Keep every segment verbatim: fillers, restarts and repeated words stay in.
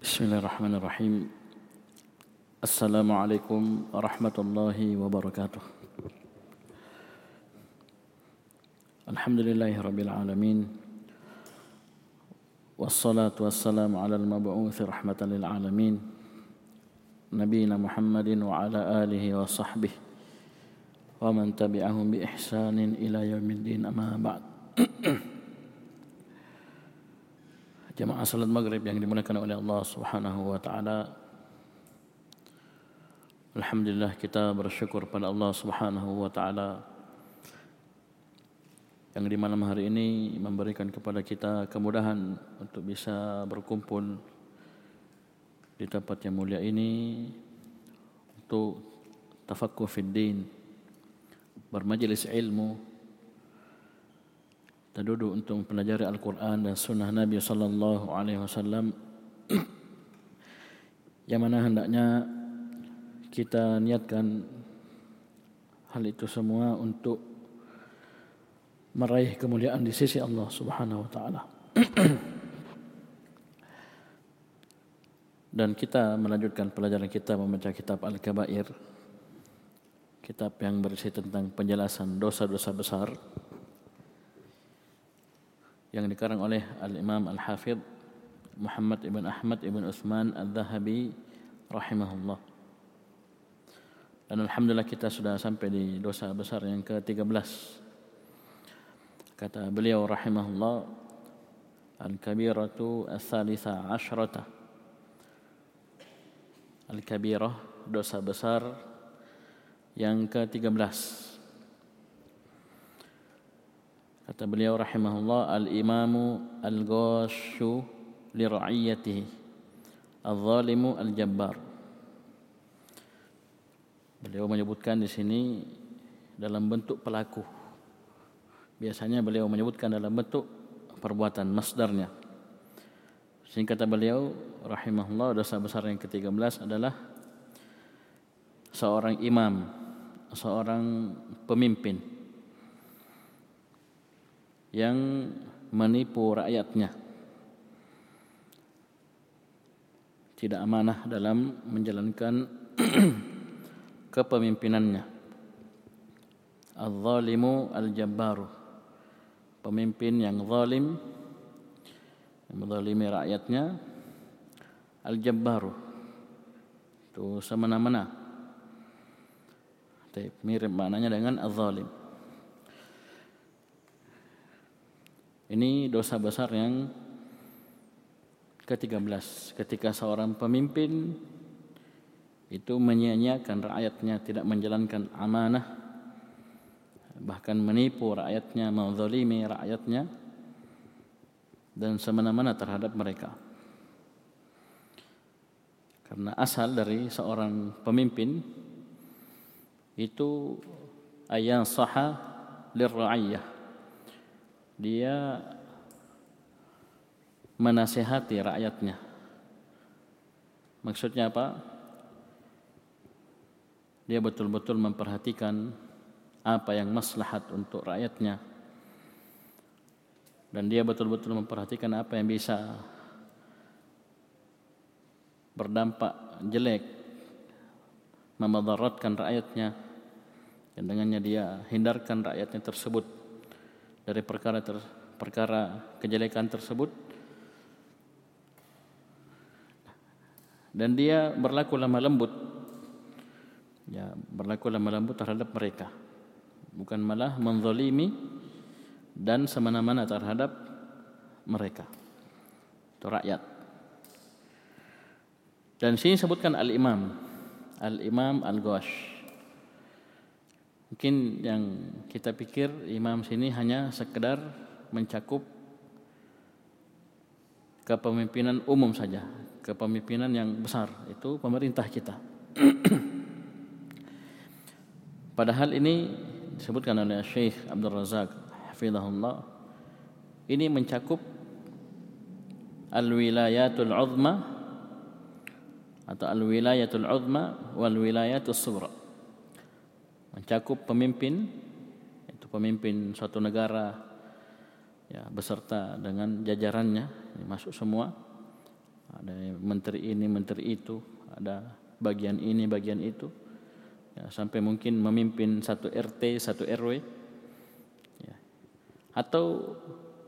Bismillahirrahmanirrahim. Assalamualaikum warahmatullahi wabarakatuh. Alhamdulillahirabbil alamin. Wassalatu wassalamu ala al-mab'uuts rahmatan lil alamin. Nabiyina Muhammadin wa ala alihi wa sahbihi wa man tabi'ahum bi ihsanin ila yaumiddin, amma ba'd. Jamaah salat maghrib yang dimuliakan oleh Allah Subhanahu wa taala. Alhamdulillah, kita bersyukur pada Allah Subhanahu wa taala yang di malam hari ini memberikan kepada kita kemudahan untuk bisa berkumpul di tempat yang mulia ini untuk tafaqquh fid din, bermajelis ilmu, kita duduk untuk mempelajari Al-Quran dan Sunnah Nabi Sallallahu Alaihi Wasallam, yang mana hendaknya kita niatkan hal itu semua untuk meraih kemuliaan di sisi Allah Subhanahu Wa Taala. Dan kita melanjutkan pelajaran kita membaca kitab Al-Kabair, kitab yang berisi tentang penjelasan dosa-dosa besar, yang dikarang oleh Al-Imam Al-Hafidh Muhammad ibn Ahmad ibn Uthman Al-Dhahabi rahimahullah. Dan alhamdulillah kita sudah sampai di dosa besar yang ke tiga belas. Kata beliau rahimahullah, Al-Kabiratu Al-Thalitha Ashrata. Al-Kabirah, dosa besar yang ke tiga belas. Kata beliau rahimahullah, al-imamu al-ghashu li ra'iyatihi, al-zalimu al-jabbar. Beliau menyebutkan di sini dalam bentuk pelaku. Biasanya beliau menyebutkan dalam bentuk perbuatan, masdarnya. Sehingga kata beliau rahimahullah, dosa besar yang ke tiga belas adalah seorang imam, seorang pemimpin yang menipu rakyatnya, tidak amanah dalam menjalankan kepemimpinannya. Al-zalimu al-jabbaru, pemimpin yang zalim, yang menzalimi rakyatnya. Al-jabbaru itu semena-mena, mirip maknanya dengan al-zalim. Ini dosa besar yang ke tiga belas, ketika seorang pemimpin itu menyia-nyiakan rakyatnya, tidak menjalankan amanah, bahkan menipu rakyatnya, menzalimi rakyatnya, dan semena-mena terhadap mereka. Karena asal dari seorang pemimpin itu ayyan saha lirra'iyah, dia menasihati rakyatnya. Maksudnya apa? Dia betul-betul memperhatikan apa yang maslahat untuk rakyatnya, dan dia betul-betul memperhatikan apa yang bisa berdampak jelek, memadaratkan rakyatnya, dan dengannya dia hindarkan rakyatnya tersebut dari perkara ter, perkara kejelekan tersebut, dan dia berlaku lemah lembut, ya berlaku lemah lembut terhadap mereka, bukan malah menzalimi dan semena-mena terhadap mereka, itu rakyat. Dan sini sebutkan al-imam, al-imam al-ghash. Mungkin yang kita pikir imam sini hanya sekedar mencakup kepemimpinan umum saja, kepemimpinan yang besar, itu pemerintah kita. Padahal ini disebutkan oleh Syekh Abdul Razak hafizahullah, ini mencakup al-wilayatul uzma atau al-wilayatul uzma wal wilayatus sughra. Mencakup pemimpin, itu pemimpin suatu negara, ya, beserta dengan jajarannya, masuk semua. Ada menteri ini, menteri itu, ada bagian ini, bagian itu, ya, sampai mungkin memimpin satu R T, satu R W, ya. Atau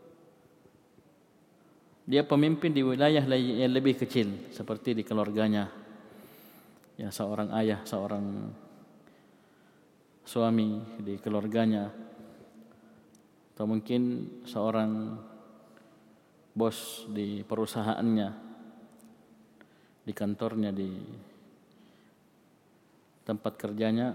dia pemimpin di wilayah yang lebih kecil, seperti di keluarganya, ya, seorang ayah, seorang suami di keluarganya, atau mungkin seorang bos di perusahaannya, di kantornya, di tempat kerjanya,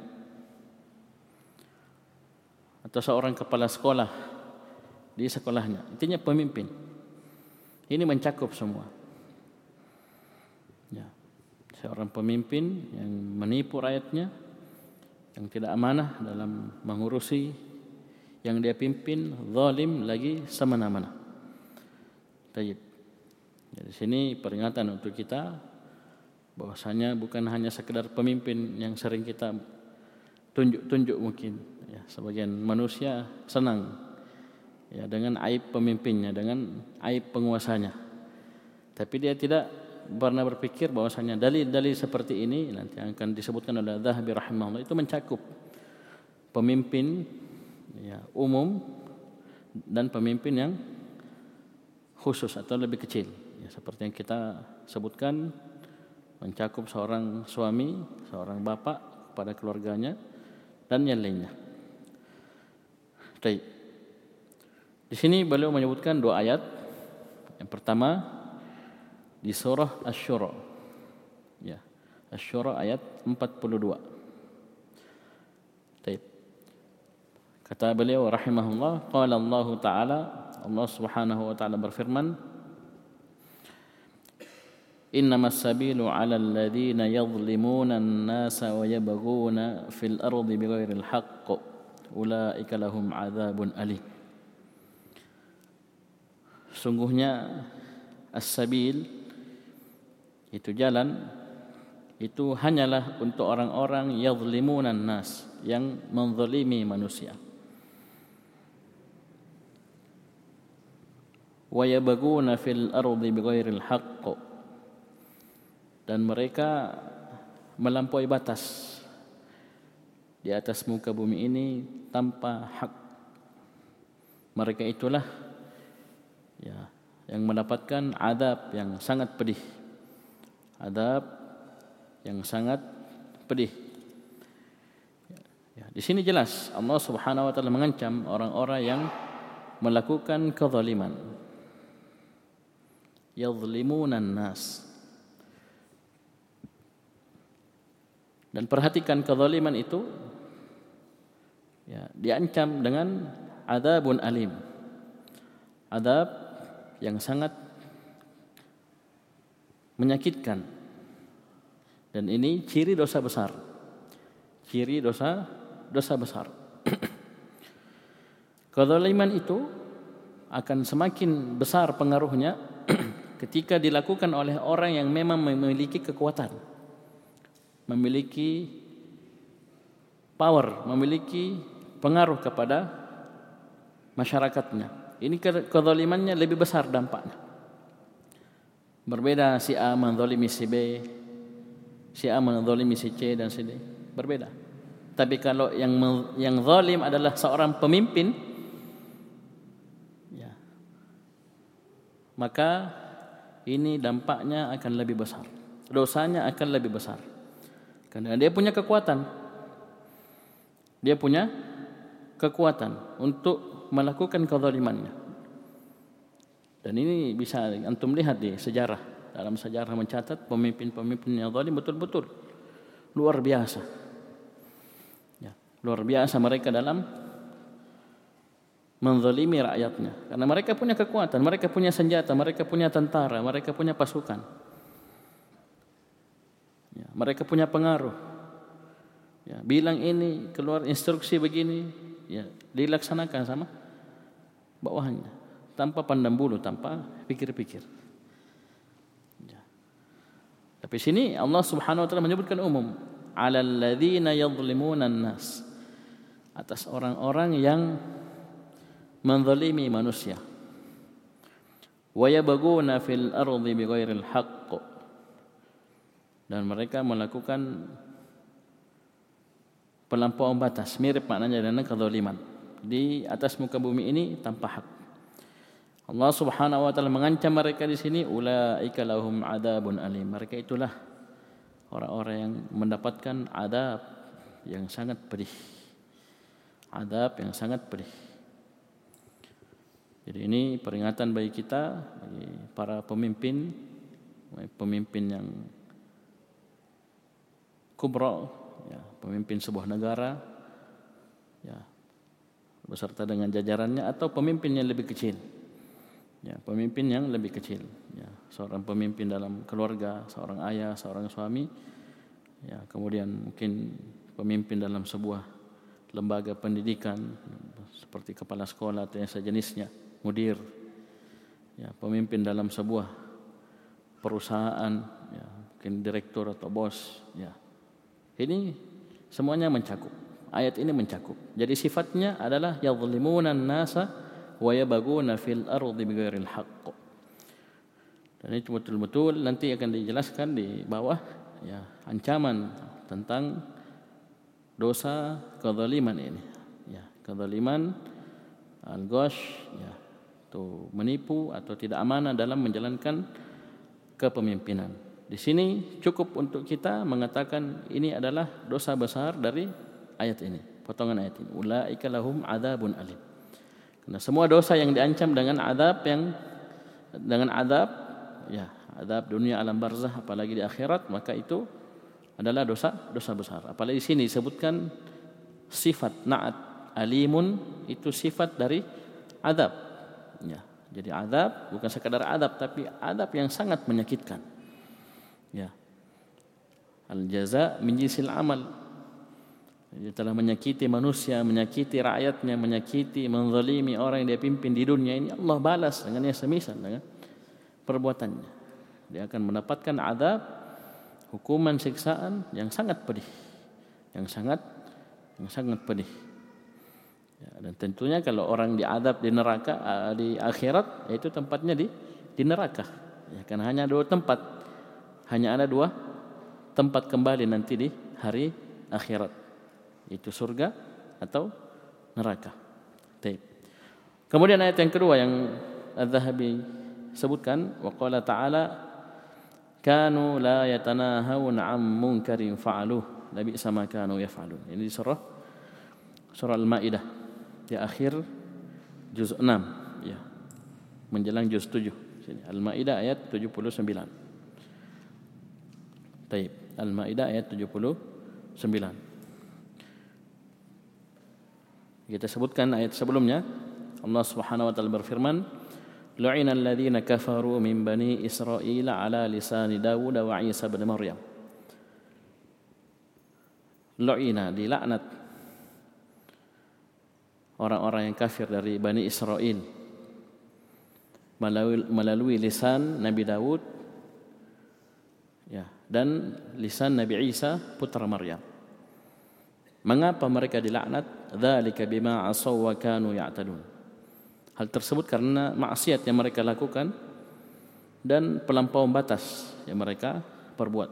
atau seorang kepala sekolah di sekolahnya. Intinya pemimpin. Ini mencakup semua. Ya. Seorang pemimpin yang menipu rakyatnya, yang tidak amanah dalam mengurusi yang dia pimpin, zalim lagi semena-mena. Tayyib. Di sini peringatan untuk kita bahwasanya bukan hanya sekedar pemimpin yang sering kita tunjuk-tunjuk mungkin, ya, sebagian manusia senang, ya, dengan aib pemimpinnya, dengan aib penguasanya. Tapi dia tidak pernah berpikir bahwasanya dalil-dalil seperti ini nanti akan disebutkan oleh Adz-Dzahabi rahimahullah itu mencakup pemimpin, ya, umum dan pemimpin yang khusus atau lebih kecil, ya, seperti yang kita sebutkan, mencakup seorang suami, seorang bapak kepada keluarganya dan yang lainnya. Baik. Di sini beliau menyebutkan dua ayat. Yang pertama di surah Asy-Syura, ya, Asy-Syura ayat empat puluh dua. Baik. Kata beliau rahimahullah, qala Allah Ta'ala, Allah Subhanahu wa taala berfirman, innamas sabilu 'alal ladzina yadhlimuna an-nasa wa yabghuna fil ardi bighairil haqq ulaika lahum 'adzabun alim. Sungguhnya as-sabil itu jalan, itu hanyalah untuk orang-orang yadhlimuna an-nas, yang menzalimi manusia. Wa yabghuna fil ardi bighairil haqq, dan mereka melampaui batas di atas muka bumi ini tanpa hak. Mereka itulah, ya, yang mendapatkan adab yang sangat pedih. Adab yang sangat pedih. Ya, di sini jelas Allah Subhanahu wa taala mengancam orang-orang yang melakukan kezaliman. Yadhlimuna an-nas. Dan perhatikan kezaliman itu, ya, diancam dengan adzabun alim. Adab yang sangat menyakitkan. Dan ini ciri dosa besar. Ciri dosa dosa besar. Kezaliman itu akan semakin besar pengaruhnya ketika dilakukan oleh orang yang memang memiliki kekuatan, memiliki power, memiliki pengaruh kepada masyarakatnya. Ini kezalimannya lebih besar dampaknya. Berbeda si A menzalimi si B, si A menzalimi si C dan si D, berbeda. Tapi kalau yang yang zalim adalah seorang pemimpin, ya, maka ini dampaknya akan lebih besar, dosanya akan lebih besar, karena dia punya kekuatan, dia punya kekuatan untuk melakukan kezalimannya. Dan ini bisa antum lihat di sejarah, dalam sejarah mencatat pemimpin-pemimpin yang zalim betul-betul luar biasa, ya, luar biasa mereka dalam menzalimi rakyatnya, karena mereka punya kekuatan, mereka punya senjata, mereka punya tentara, mereka punya pasukan, ya, mereka punya pengaruh, ya, bilang ini, keluar instruksi begini, ya, dilaksanakan sama bawahannya tanpa pandang bulu, tanpa pikir-pikir, ya. Tapi sini Allah Subhanahu wa taala menyebutkan umum, 'alal ladzina yadhlimuna an-nas, atas orang-orang yang menzalimi manusia, wa yabghuna fil ardi bighairil haqq, dan mereka melakukan pelampauan batas, mirip maknanya dengan kezaliman di atas muka bumi ini tanpa hak. Allah Subhanahu wa taala mengancam mereka di sini, ulaika lahum adzabun alim. Mereka itulah orang-orang yang mendapatkan adab yang sangat pedih. Adab yang sangat pedih. Jadi ini peringatan bagi kita, bagi para pemimpin, pemimpin yang kubra, ya, pemimpin sebuah negara, ya, beserta dengan jajarannya, atau pemimpin yang lebih kecil, ya, pemimpin yang lebih kecil, ya, seorang pemimpin dalam keluarga, seorang ayah, seorang suami, ya, kemudian mungkin pemimpin dalam sebuah lembaga pendidikan seperti kepala sekolah atau yang sejenisnya, mudir, ya, pemimpin dalam sebuah perusahaan, ya, mungkin direktur atau bos, ya. Ini semuanya mencakup. Ayat ini mencakup. Jadi sifatnya adalah yadhlimuna an-nasa wa yabghuna fil ardi bighairil haqq. Dan ini betul-betul nanti akan dijelaskan di bawah, ya, ancaman tentang dosa kezaliman ini, ya, kezaliman al-ghash, ya, itu menipu atau tidak amanah dalam menjalankan kepemimpinan. Di sini cukup untuk kita mengatakan ini adalah dosa besar dari ayat ini, potongan ayat ini. Ulaika lahum adzabun alim. Karena semua dosa yang diancam dengan azab yang dengan azab, ya, azab dunia alam barzah apalagi di akhirat, maka itu adalah dosa dosa besar. Apalagi di sini disebutkan sifat na'at alimun, itu sifat dari azab. Ya, jadi azab bukan sekadar azab tapi azab yang sangat menyakitkan. Ya, al-jaza min jinsil amal. Dia telah menyakiti manusia, menyakiti rakyatnya, menyakiti, menzalimi orang yang dia pimpin di dunia ini. Allah balas dengan yang semisal dengan perbuatannya. Dia akan mendapatkan azab, hukuman, siksaan yang sangat pedih, yang sangat, yang sangat pedih. Ya, dan tentunya kalau orang diazab di neraka, di akhirat, yaitu tempatnya di di neraka. Ya, karena hanya dua tempat. Hanya ada dua tempat kembali nanti di hari akhirat, yaitu surga atau neraka. Baik. Kemudian ayat yang kedua yang Az-Zahabi sebutkan, wa qala ta'ala kanu la yatanahawna 'an munkarin fa'aluh labi'sa ma kanu yaf'alun. Ini di surah surah Al-Maidah di akhir juz enam, ya, menjelang juz tujuh. Sini Al-Maidah ayat tujuh puluh sembilan. Baik, Al-Maidah ayat tujuh puluh sembilan. Kita sebutkan ayat sebelumnya. Allah Subhanahu wa taala berfirman, lu'ina alladhina kafaru min bani Israil ala lisani Dawud wa Isa bin Maryam. Lu'ina, dilaknat orang-orang yang kafir dari Bani Israel melalui, melalui lisan Nabi Dawud, ya, dan lisan Nabi Isa putra Maryam. Mengapa mereka dilaknat? Dzalika bima asaw wa kanu ya'tadun. Hal tersebut karena maksiat yang mereka lakukan dan pelampauan batas yang mereka perbuat.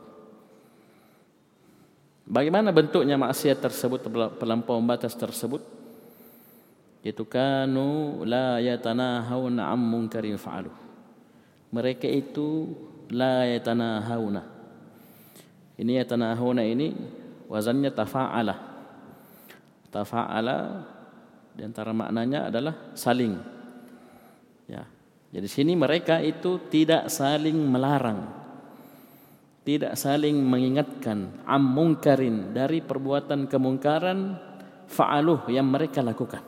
Bagaimana bentuknya maksiat tersebut, pelampauan batas tersebut? Yaitu kanu la yatanahawna 'an munkarin fa'aluh. Mereka itu la yatanahawna. Ini yatanahawna ini wazannya tafa'ala. Tafa'ala di antara maknanya adalah saling. Ya. Jadi sini mereka itu tidak saling melarang, tidak saling mengingatkan am munkarin, dari perbuatan kemungkaran fa'aluh yang mereka lakukan.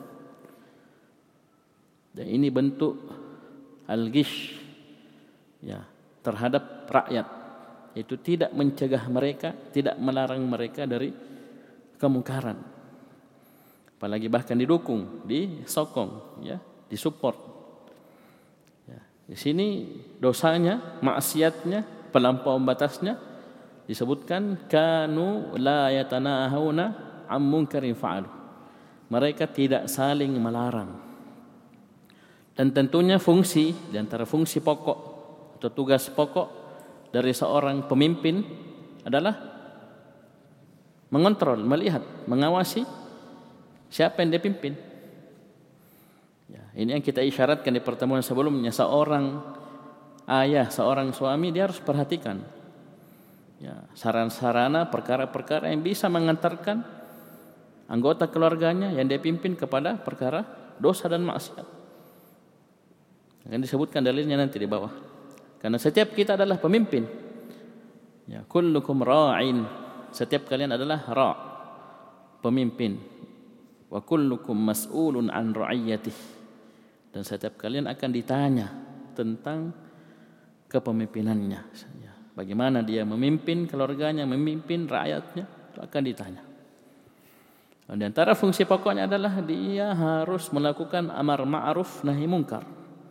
Dan ini bentuk al-ghish, ya, terhadap rakyat. Itu tidak mencegah mereka, tidak melarang mereka dari kemungkaran. Apalagi bahkan didukung, disokong, ya, disupport. Ya, di sini dosanya, maksiatnya, pelampauan batasnya disebutkan kanu la yatanahawna 'an munkarin fa'alu. Mereka tidak saling melarang. Dan tentunya fungsi di antara fungsi pokok atau tugas pokok dari seorang pemimpin adalah mengontrol, melihat, mengawasi siapa yang dia pimpin. Ya, ini yang kita isyaratkan di pertemuan sebelumnya. Seorang ayah, seorang suami, dia harus perhatikan ya, saran-sarana, perkara-perkara yang bisa mengantarkan anggota keluarganya yang dia pimpin kepada perkara dosa dan maksiat. Akan disebutkan dalilnya nanti di bawah. Karena setiap kita adalah pemimpin. Ya, kullukum ra'in. Setiap kalian adalah ra', pemimpin. Wa kullukum mas'ulun an ra'iyatih. Dan setiap kalian akan ditanya tentang kepemimpinannya. Ya, bagaimana dia memimpin keluarganya, memimpin rakyatnya, itu akan ditanya. Dan di antara fungsi pokoknya adalah dia harus melakukan amar ma'ruf nahi munkar.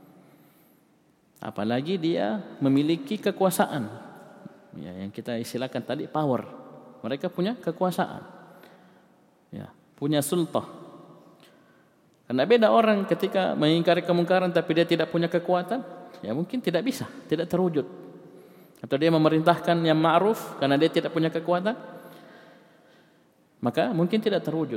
Apalagi dia memiliki kekuasaan, ya, yang kita istilahkan tadi power. Mereka punya kekuasaan, ya, punya sultah. Karena beda orang ketika mengingkari kemungkaran tapi dia tidak punya kekuatan, ya mungkin tidak bisa, tidak terwujud. Atau dia memerintahkan yang ma'ruf karena dia tidak punya kekuatan, maka mungkin tidak terwujud.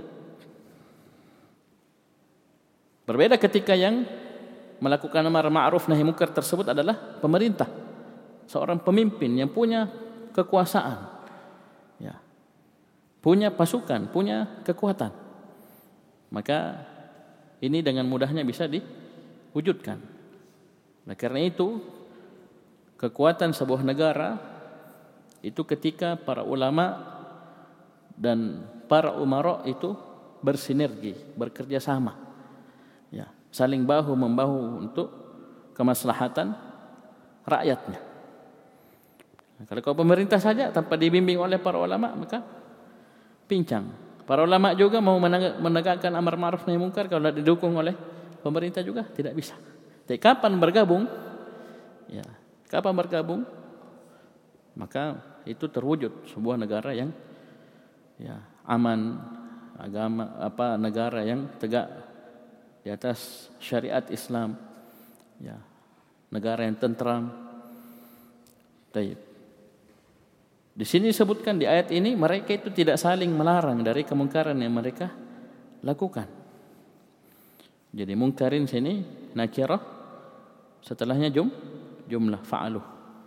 Berbeda ketika yang melakukan amar ma'ruf nahi munkar tersebut adalah pemerintah, seorang pemimpin yang punya kekuasaan, ya, punya pasukan, punya kekuatan. Maka ini dengan mudahnya bisa diwujudkan. Nah, karena itu kekuatan sebuah negara itu ketika para ulama dan para umara itu bersinergi, bekerja sama, ya, saling bahu membahu untuk kemaslahatan rakyatnya. Nah, kalau pemerintah saja tanpa dibimbing oleh para ulama maka pincang. Para ulama juga mau menegakkan amar ma'ruf nahi munkar kalau tidak didukung oleh pemerintah juga tidak bisa. Tapi kapan bergabung? Ya, kapan bergabung? Maka itu terwujud sebuah negara yang ya aman, agama apa negara yang tegak di atas syariat Islam, ya, negara yang tentram. Baik. Di sini disebutkan di ayat ini mereka itu tidak saling melarang dari kemungkaran yang mereka lakukan. Jadi mungkarin sini nakirah, setelahnya jum jumlah fa'alu.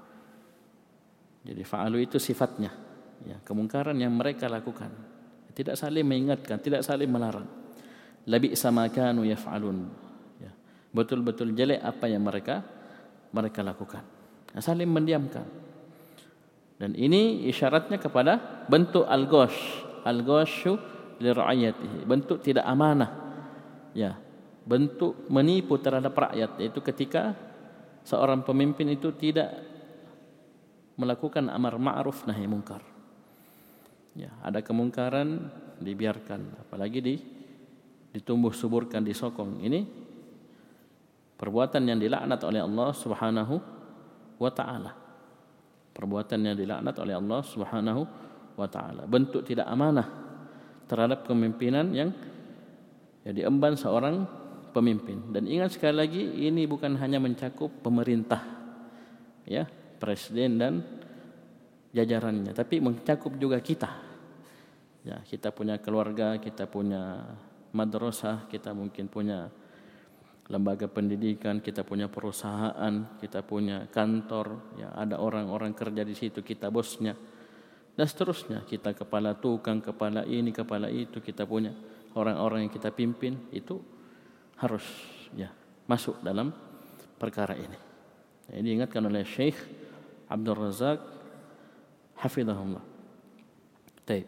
Jadi fa'alu itu sifatnya, ya, kemungkaran yang mereka lakukan. Tidak saling mengingatkan, tidak saling melarang. Labi sama kanu yaf'alun. Ya, betul-betul jelek apa yang mereka mereka lakukan. Nah, saling mendiamkan. Dan ini isyaratnya kepada bentuk al-ghash, al-ghasyu li ra'iyatihi, bentuk tidak amanah. Ya, bentuk menipu terhadap rakyat, yaitu ketika seorang pemimpin itu tidak melakukan amar ma'ruf nahi munkar. Ya, ada kemungkaran dibiarkan, apalagi di ditumbuh suburkan, disokong. Ini perbuatan yang dilaknat oleh Allah Subhanahu wa taala. Perbuatan yang dilaknat oleh Allah Subhanahu wa taala. Bentuk tidak amanah terhadap kepemimpinan yang ya diemban seorang pemimpin. Dan ingat sekali lagi, ini bukan hanya mencakup pemerintah, ya, presiden dan jajarannya, tapi mencakup juga kita. Ya, kita punya keluarga, kita punya madrasah, kita mungkin punya lembaga pendidikan, kita punya perusahaan, kita punya kantor, ya, ada orang-orang kerja di situ, kita bosnya, dan seterusnya. Kita kepala tukang, kepala ini, kepala itu, kita punya orang-orang yang kita pimpin, itu harus ya masuk dalam perkara ini. Nah, ini diingatkan oleh Syekh Abdul Razak hafizahullah. Baik.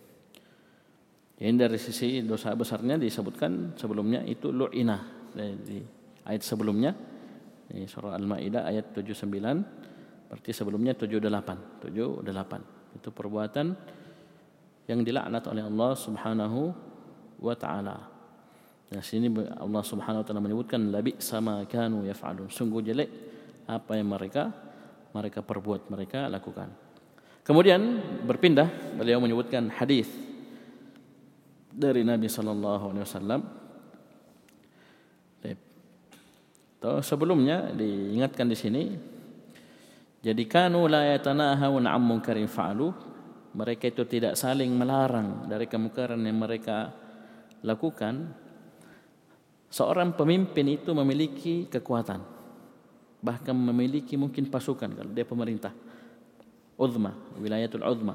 Ini dari sisi dosa besarnya disebutkan sebelumnya itu lu'inah. Di ayat sebelumnya di surah Al-Maidah ayat tujuh puluh sembilan, berarti sebelumnya tujuh puluh delapan, tujuh puluh delapan itu perbuatan yang dilaknat oleh Allah Subhanahu wa taala. Nah, sini Allah Subhanahu wa taala menyebutkan labi sama kanu yaf'alun, sungguh jelek apa yang mereka mereka perbuat, mereka lakukan. Kemudian berpindah, beliau menyebutkan hadis dari Nabi sallallahu alaihi wasallam. Atau sebelumnya diingatkan di sini, jadi kanu la yatanahawun 'an munkarin fa'alu, mereka itu tidak saling melarang dari kemungkaran yang mereka lakukan, seorang pemimpin itu memiliki kekuatan, bahkan memiliki mungkin pasukan kalau dia pemerintah uzma, wilayatul uzma.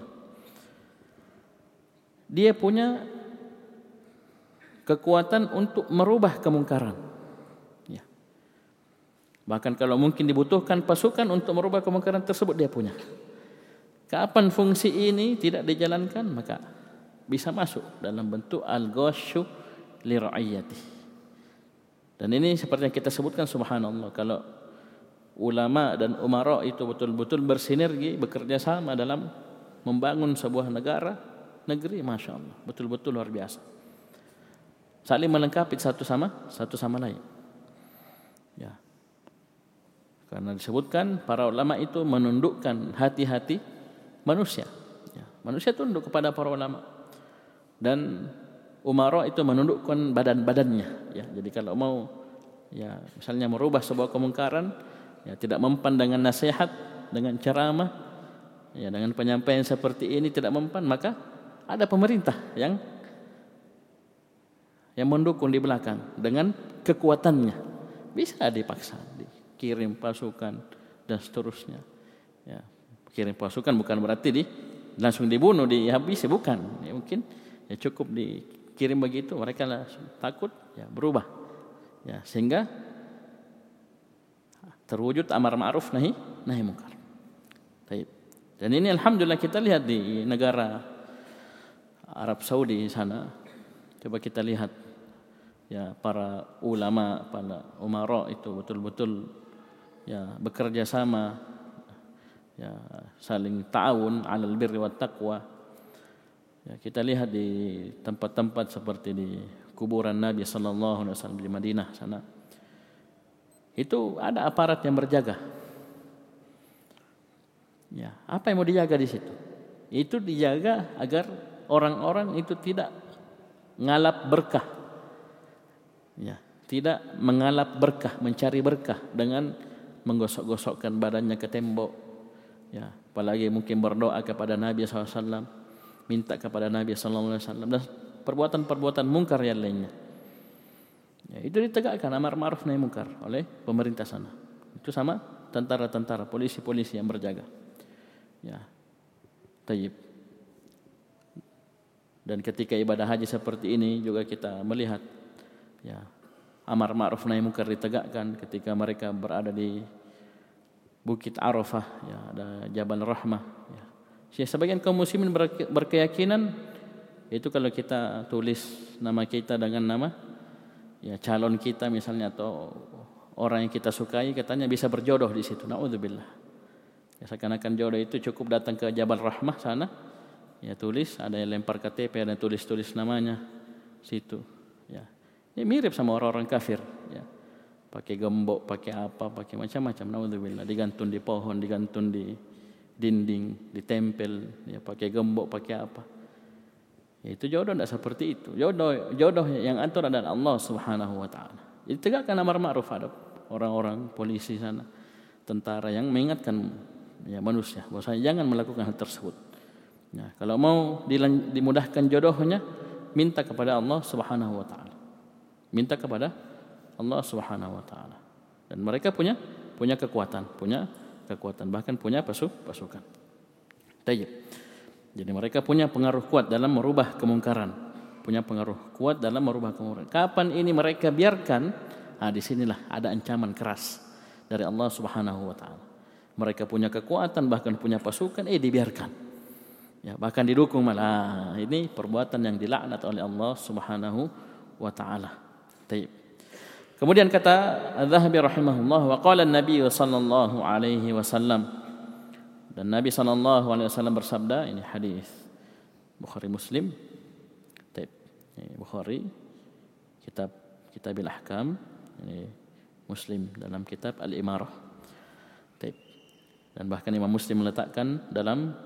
Dia punya kekuatan untuk merubah kemungkaran. Ya. Bahkan kalau mungkin dibutuhkan pasukan untuk merubah kemungkaran tersebut, dia punya. Kapan fungsi ini tidak dijalankan, maka bisa masuk dalam bentuk al-ghasyu li ra'iyati. Dan ini seperti yang kita sebutkan, subhanallah, kalau ulama dan umara itu betul-betul bersinergi, bekerja sama dalam membangun sebuah negara, negeri, masya Allah, betul-betul luar biasa. Saling melengkapi satu sama satu sama lain. Ya. Karena disebutkan para ulama itu menundukkan hati-hati manusia. Ya. Manusia tunduk kepada para ulama. Dan umara itu menundukkan badan-badannya. Ya. Jadi kalau mau, ya, misalnya merubah sebuah kemungkaran, ya, tidak mempan dengan nasihat, dengan ceramah, ya, dengan penyampaian seperti ini tidak mempan, maka ada pemerintah yang yang mendukung di belakang dengan kekuatannya. Bisa dipaksa, dikirim pasukan dan seterusnya. Ya, kirim pasukan bukan berarti di langsung dibunuh, dihabisi, bukan. Ya, mungkin ya cukup dikirim begitu, mereka takut, ya berubah. Ya, sehingga terwujud amar ma'ruf nahi nahi munkar. Baik. Dan ini alhamdulillah kita lihat di negara Arab Saudi sana. Coba kita lihat, ya, para ulama, para umara itu betul-betul, ya, bekerja sama, ya, saling ta'awun 'alal birri wat taqwa. Ya, kita lihat di tempat-tempat seperti di kuburan Nabi sallallahu alaihi wasallam di Madinah sana. Itu ada aparat yang berjaga. Ya, apa yang mau dijaga di situ? Itu dijaga agar orang-orang itu tidak ngalap berkah. Ya, tidak mengalap berkah, mencari berkah dengan menggosok-gosokkan badannya ke tembok. Ya, apalagi mungkin berdoa kepada Nabi sallallahu alaihi wasallam, minta kepada Nabi sallallahu alaihi wasallam, dan perbuatan-perbuatan mungkar yang lainnya. Ya, itu ditegakkan amar ma'ruf nahi munkar oleh pemerintah sana. Itu sama tentara-tentara, polisi-polisi yang berjaga. Ya. Tayyib. Dan ketika ibadah haji seperti ini juga kita melihat, ya, amar ma'ruf nahi munkar ditegakkan ketika mereka berada di Bukit Arafah, ya, ada Jabal Rahmah, ya. Sebagian kaum muslimin berkeyakinan itu kalau kita tulis nama kita dengan nama, ya, calon kita misalnya atau orang yang kita sukai, katanya bisa berjodoh di situ. Naudzubillah. Ya, seakan-akan jodoh itu cukup datang ke Jabal Rahmah sana, ya, tulis, ada yang lempar K T P, ada yang tulis-tulis namanya situ. Ya, ini mirip sama orang-orang kafir. Ya, pakai gembok, pakai apa, pakai macam-macam. Naudzubillah. Digantung di pohon, digantung di dinding, ditempel. Ya, pakai gembok, pakai apa. Itu jodoh tidak seperti itu. Jodoh jodoh yang atur adalah Allah Subhanahu wa taala. Jadi tegakkan amar ma'ruf, ada orang-orang polisi sana, tentara yang mengingatkan, ya, manusia bahwasanya jangan melakukan hal tersebut. Nah, kalau mau dimudahkan jodohnya, minta kepada Allah Subhanahu wa taala. Minta kepada Allah Subhanahu wa taala. Dan mereka punya punya kekuatan, punya kekuatan, bahkan punya pasukan. Tayyib. Jadi mereka punya pengaruh kuat dalam merubah kemungkaran, punya pengaruh kuat dalam merubah kemungkaran. Kapan ini mereka biarkan? Nah, di sinilah ada ancaman keras dari Allah Subhanahu wa taala. Mereka punya kekuatan, bahkan punya pasukan, eh dibiarkan. Ya, bahkan didukung malah. Ini perbuatan yang dilaknat oleh Allah Subhanahu wa taala. Baik. Kemudian kata Az-Zahabi rahimahullah, wa qala an-nabiy sallallahu alaihi wasallam, dan Nabi sallallahu alaihi wasallam bersabda, ini hadis Bukhari Muslim. Baik. Ini Bukhari kitab Kitabil Ahkam, ini Muslim dalam kitab Al-Imarah. Baik. Dan bahkan Imam Muslim meletakkan dalam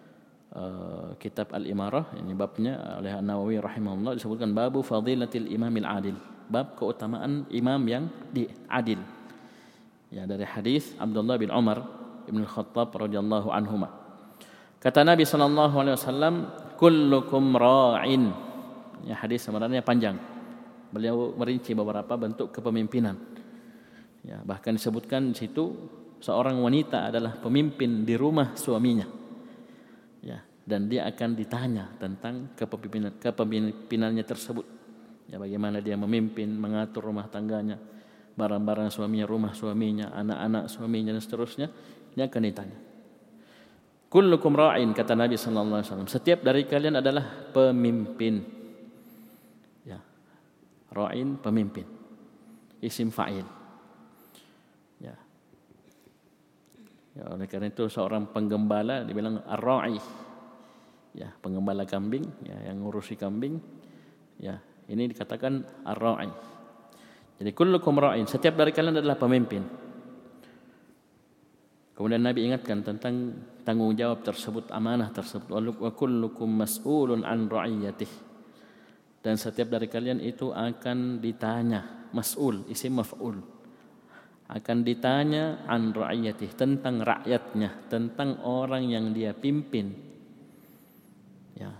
uh, kitab Al-Imarah, ini babnya oleh An-Nawawi rahimahullah, disebutkan babu fadilatil imamil adil, bab keutamaan imam yang adil. Ya, dari hadis Abdullah bin Umar Ibn Khattab radhiyallahu anhuma. Kata Nabi sallallahu alaihi wasallam, kullukum ra'in. Ya, hadis sebenarnya panjang. Beliau merinci beberapa bentuk kepemimpinan. Ya, bahkan disebutkan di situ seorang wanita adalah pemimpin di rumah suaminya. Ya, dan dia akan ditanya tentang kepemimpinan kepemimpinannya tersebut. Ya, bagaimana dia memimpin, mengatur rumah tangganya, barang-barang suaminya, rumah suaminya, anak-anak suaminya dan seterusnya. Dia akan ditanya. Kullukum ra'in, kata Nabi sallallahu alaihi wasallam. Setiap dari kalian adalah pemimpin. Ya. Ra'in, pemimpin. Isim fa'il. Ya. Ya, oleh karena itu seorang penggembala dibilang ar-ra'i. Ya, penggembala kambing, ya, yang ngurusi kambing. Ya, ini dikatakan ar-ra'i. Jadi kullukum ra'in, setiap dari kalian adalah pemimpin. Kemudian Nabi ingatkan tentang tanggung jawab tersebut, amanah tersebut. Wa kullukum mas'ulun an ra'iyatih. Dan setiap dari kalian itu akan ditanya, mas'ul, isim maf'ul. Akan ditanya an ra'iyatih, tentang rakyatnya, tentang orang yang dia pimpin. Ya.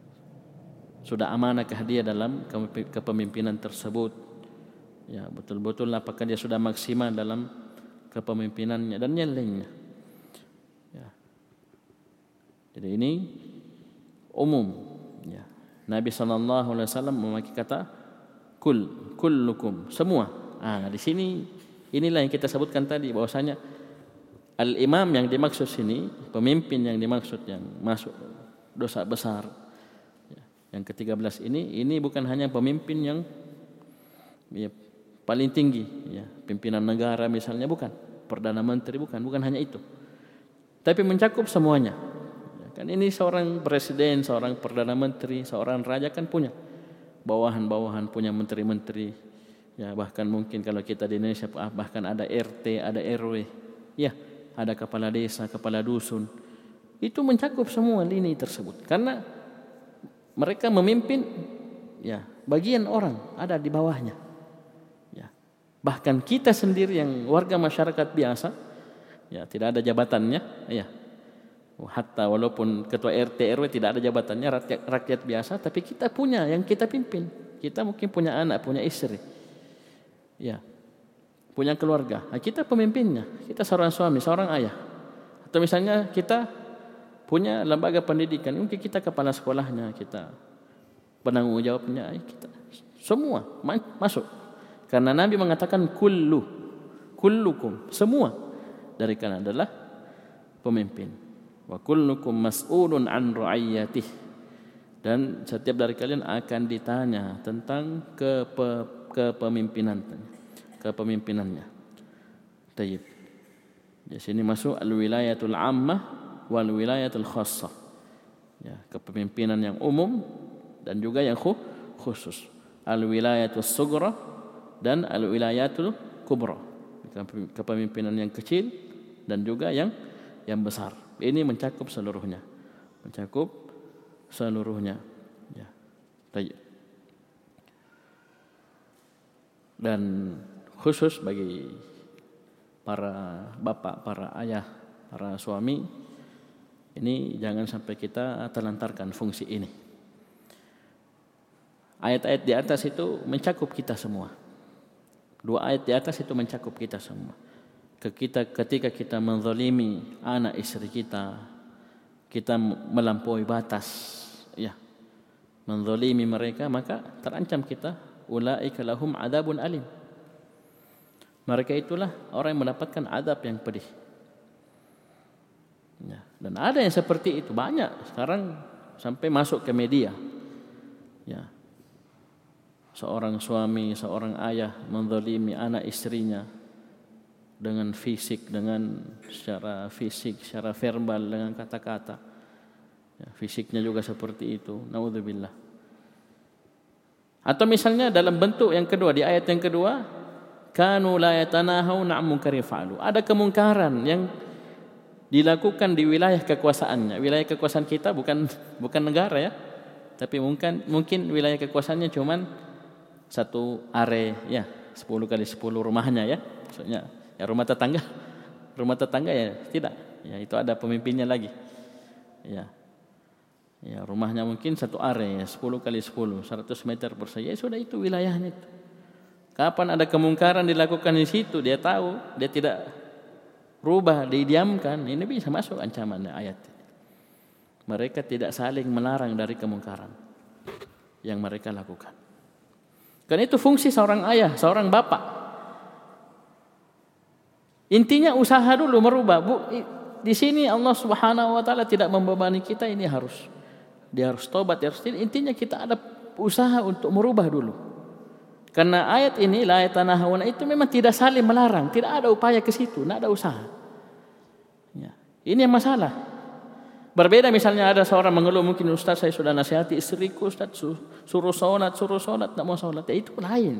Sudah amanahkah dia dalam kepemimpinan tersebut? Ya, betul-betul apakah dia sudah maksimal dalam kepemimpinannya dan yang lainnya. Ya. Jadi ini umum. Ya. Nabi sallallahu alaihi wasallam memakai kata kul, kullukum, semua. Ah, di sini inilah yang kita sebutkan tadi bahwasanya al-imam yang dimaksud sini, pemimpin yang dimaksud yang masuk dosa besar. Ya. Yang ketiga belas ini ini bukan hanya pemimpin yang ya, paling tinggi, ya, pimpinan negara misalnya, bukan, perdana menteri, bukan, bukan hanya itu, tapi mencakup semuanya. Ya, kan ini seorang presiden, seorang perdana menteri, seorang raja kan punya bawahan-bawahan, punya menteri-menteri, ya, bahkan mungkin kalau kita di Indonesia bahkan ada R T, ada R W, ya, ada kepala desa, kepala dusun, itu mencakup semua lini tersebut, karena mereka memimpin, ya, bagian orang ada di bawahnya. Bahkan kita sendiri yang warga masyarakat biasa, ya, tidak ada jabatannya, ya. Hatta walaupun ketua R T R W tidak ada jabatannya, rakyat, rakyat biasa, tapi kita punya yang kita pimpin. Kita mungkin punya anak, punya istri, ya, punya keluarga. Nah, kita pemimpinnya. Kita seorang suami, seorang ayah. Atau misalnya kita punya lembaga pendidikan, mungkin kita kepala sekolahnya, kita penanggung jawabnya, kita semua masuk. Karena Nabi mengatakan kullu, kullukum, semua dari kalian adalah pemimpin. Wa kullukum mas'ulun an ra'iyatih. Dan setiap dari kalian akan ditanya tentang kepe, kepemimpinannya, kepemimpinannya. Tayyib. Di sini masuk al-wilayatul ammah wal wilayatul khassah. Ya, kepemimpinan yang umum dan juga yang khusus. Al-wilayatus sughra dan al-wilayatul kubra, kepemimpinan yang kecil dan juga yang yang besar. Ini mencakup seluruhnya, mencakup seluruhnya. Ya. Dan khusus bagi para bapak, para ayah, para suami, ini jangan sampai kita terlantarkan fungsi ini. Ayat-ayat di atas itu mencakup kita semua. Dua ayat di atas itu mencakup kita semua. Kita, ketika kita menzalimi anak istri kita, kita melampaui batas, ya, menzalimi mereka, maka terancam kita. Ulaika lahum adzabun alim. Mereka itulah orang yang mendapatkan adab yang pedih. Ya, dan ada yang seperti itu banyak sekarang sampai masuk ke media. Ya. Seorang suami, seorang ayah menzalimi anak istrinya dengan fisik, dengan secara fisik, secara verbal, dengan kata-kata. Ya, fisiknya juga seperti itu. Naudzubillah. Atau misalnya dalam bentuk yang kedua, di ayat yang kedua, kanu la yatanahawna 'an munkarin fa'alu. Ada kemungkaran yang dilakukan di wilayah kekuasaannya. Wilayah kekuasaan kita bukan bukan negara, ya. Tapi mungkin mungkin wilayah kekuasaannya cuman satu area, ya, sepuluh kali sepuluh rumahnya, ya, maksudnya ya rumah tetangga, rumah tetangga ya tidak, ya itu ada pemimpinnya lagi, Ya. Ya, rumahnya mungkin satu area sepuluh kali sepuluh, seratus meter persegi. Ya sudah itu wilayahnya itu. Kapan ada kemungkaran dilakukan di situ, dia tahu, dia tidak rubah, didiamkan, ini bisa masuk ancamannya ayat. Mereka tidak saling melarang dari kemungkaran yang mereka lakukan. Karena itu fungsi seorang ayah, seorang bapak. Intinya usaha dulu merubah. Bu, di sini Allah Subhanahu wa taala tidak membebani kita, ini harus dia harus tobat, dia harus tidak. Intinya kita ada usaha untuk merubah dulu. Karena ayat ini la yatanahawna itu memang tidak saling melarang, tidak ada upaya ke situ, tidak ada usaha. Ya. Ini yang masalah. Berbeda misalnya ada seorang mengeluh, mungkin Ustaz saya sudah nasihati istriku, Ustaz suruh sholat, suruh sholat, tidak mau sholat. Ya, itu lain.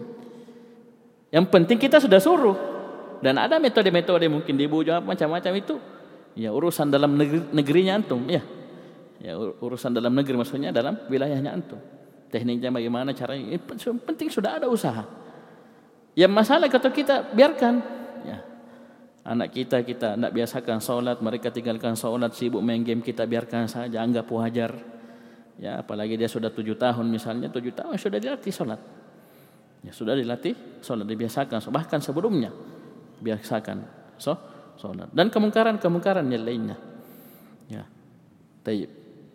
Yang penting kita sudah suruh. Dan ada metode-metode mungkin dibujuk macam-macam itu. Ya urusan dalam negeri, negerinya antum, ya. Ya urusan dalam negeri maksudnya dalam wilayahnya antum. Tekniknya bagaimana caranya? Yang penting sudah ada usaha. Yang masalah kalau kita biarkan, ya. Anak kita kita tidak biasakan sholat, mereka tinggalkan sholat, sibuk main game, kita biarkan saja, anggap wajar. Ya, apalagi dia sudah tujuh tahun misalnya, tujuh tahun sudah dilatih sholat. Ya sudah dilatih sholat, dibiasakan, bahkan sebelumnya biasakan so, sholat. Dan kemungkaran-kemungkaran yang lainnya. Ya, tayyib.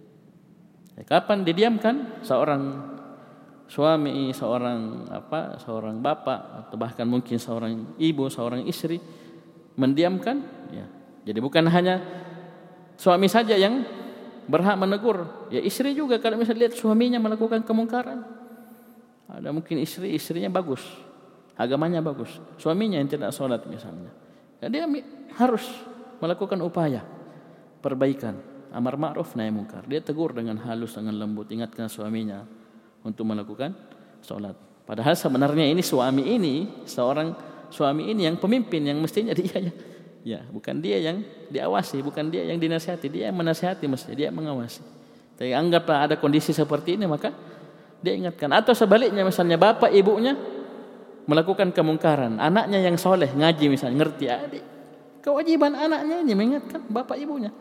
Ya, kapan didiamkan seorang suami, seorang apa, seorang bapak atau bahkan mungkin seorang ibu, seorang istri mendiamkan, ya. Jadi bukan hanya suami saja yang berhak menegur, ya istri juga kalau misalnya lihat suaminya melakukan kemungkaran. Ada mungkin istri istrinya bagus, agamanya bagus, suaminya yang tidak sholat misalnya, ya dia harus melakukan upaya perbaikan. Amar ma'ruf nahi munkar. Dia tegur dengan halus, dengan lembut, ingatkan suaminya untuk melakukan sholat. Padahal sebenarnya ini suami ini, seorang suami ini yang pemimpin, yang mestinya dia yang, ya bukan dia yang diawasi, bukan dia yang dinasihati, dia yang menasihati mestinya, dia yang mengawasi. Tapi anggaplah ada kondisi seperti ini, maka dia ingatkan. Atau sebaliknya misalnya bapak ibunya melakukan kemungkaran, anaknya yang soleh ngaji misalnya, ngerti, adik, kewajiban anaknya ini mengingatkan bapak ibunya.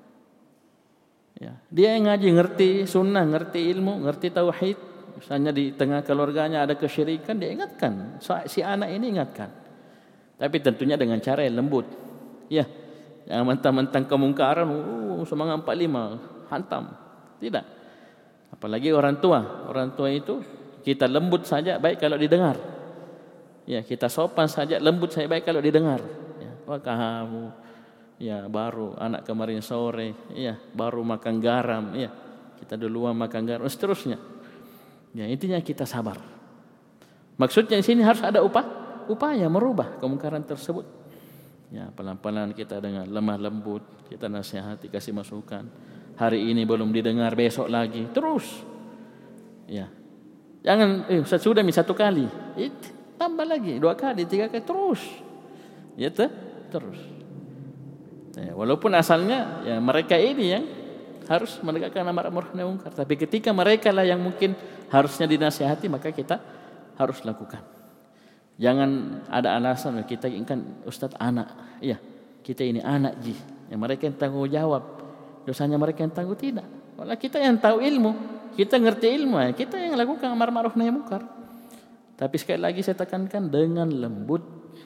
Ya, dia yang ngaji, ngerti sunnah, ngerti ilmu, ngerti tauhid. Misalnya di tengah keluarganya ada kesyirikan, dia ingatkan. Si anak ini ingatkan. Tapi tentunya dengan cara yang lembut. Ya, jangan mentang-mentang kemungkaran, uh, semangat empat puluh lima, hantam. Tidak. Apalagi orang tua. Orang tua itu kita lembut saja baik kalau didengar. Ya, kita sopan saja, lembut saja baik kalau didengar. Ya, wah kamu. Ya baru anak kemarin sore, ya baru makan garam, ya kita duluan makan garam, seterusnya. Ya intinya kita sabar. Maksudnya di sini harus ada upah, upaya merubah kemungkaran tersebut. Ya pelan-pelan kita dengan lemah lembut, kita nasihati, kasih masukan. Hari ini belum didengar, besok lagi, terus. Ya jangan, eh sudah mi satu kali, eh, tambah lagi dua kali, tiga kali, terus. Ya te, terus. Ya, walaupun asalnya ya mereka ini yang harus menegakkan amar ma'ruf nahi munkar, tapi ketika mereka lah yang mungkin harusnya dinasihati, maka kita harus lakukan. Jangan ada alasan kita inginkan Ustaz anak, iya kita ini anak ji, yang mereka yang tanggung jawab, dosanya mereka yang tanggung, tidak. Walau kita yang tahu ilmu, kita ngerti ilmu, ya kita yang lakukan amar ma'ruf nahi munkar. Tapi sekali lagi saya tekankan dengan lembut,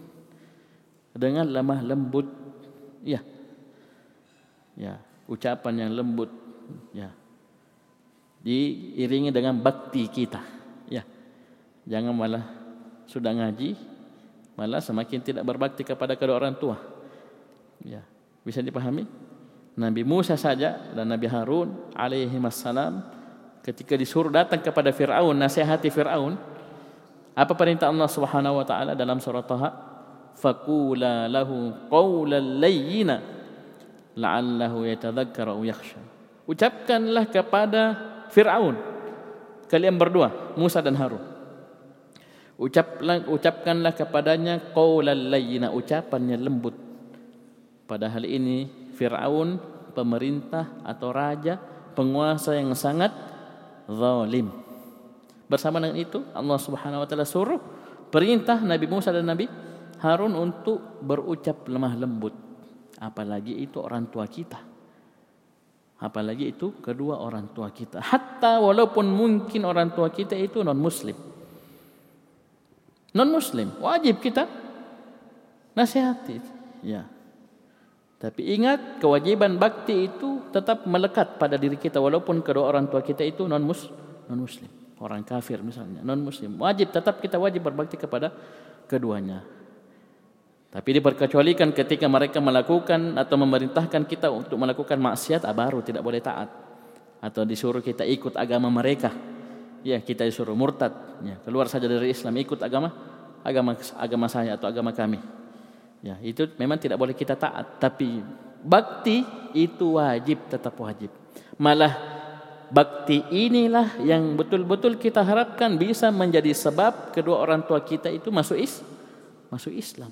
dengan lemah lembut, ya. Ya, ucapan yang lembut, ya, diiringi dengan bakti kita, ya, jangan malah sudah ngaji, malah semakin tidak berbakti kepada kedua orang tua, ya, bisa dipahami? Nabi Musa saja dan Nabi Harun alaihi wassalam ketika disuruh datang kepada Fir'aun, nasihati Fir'aun, apa perintah Allah Subhanahu wa taala dalam surah Taha? Faqula lahu qawlan layyina la'allahu yatadzakkar aw yakhsha. Ucapkanlah kepada Firaun, kalian berdua, Musa dan Harun. Ucaplah, ucapkanlah kepadanya qaulan layyina, ucapannya lembut. Padahal ini Firaun pemerintah atau raja, penguasa yang sangat zalim. Bersama dengan itu Allah Subhanahu wa taala suruh perintah Nabi Musa dan Nabi Harun untuk berucap lemah lembut. Apalagi itu orang tua kita. Apalagi itu kedua orang tua kita. Hatta walaupun mungkin orang tua kita itu non-muslim. Non-muslim, wajib kita nasihati. Ya. Tapi ingat, kewajiban bakti itu tetap melekat pada diri kita walaupun kedua orang tua kita itu non-mus, non-muslim. Orang kafir misalnya, non-muslim. Wajib, tetap kita wajib berbakti kepada keduanya. Tapi diperkecualikan ketika mereka melakukan atau memerintahkan kita untuk melakukan maksiat, ah, baru tidak boleh taat. Atau disuruh kita ikut agama mereka. Ya, kita disuruh murtad. Ya, keluar saja dari Islam, ikut agama agama agama saya atau agama kami. Ya, itu memang tidak boleh kita taat. Tapi bakti itu wajib, tetap wajib. Malah bakti inilah yang betul-betul kita harapkan bisa menjadi sebab kedua orang tua kita itu masuk is, masuk Islam.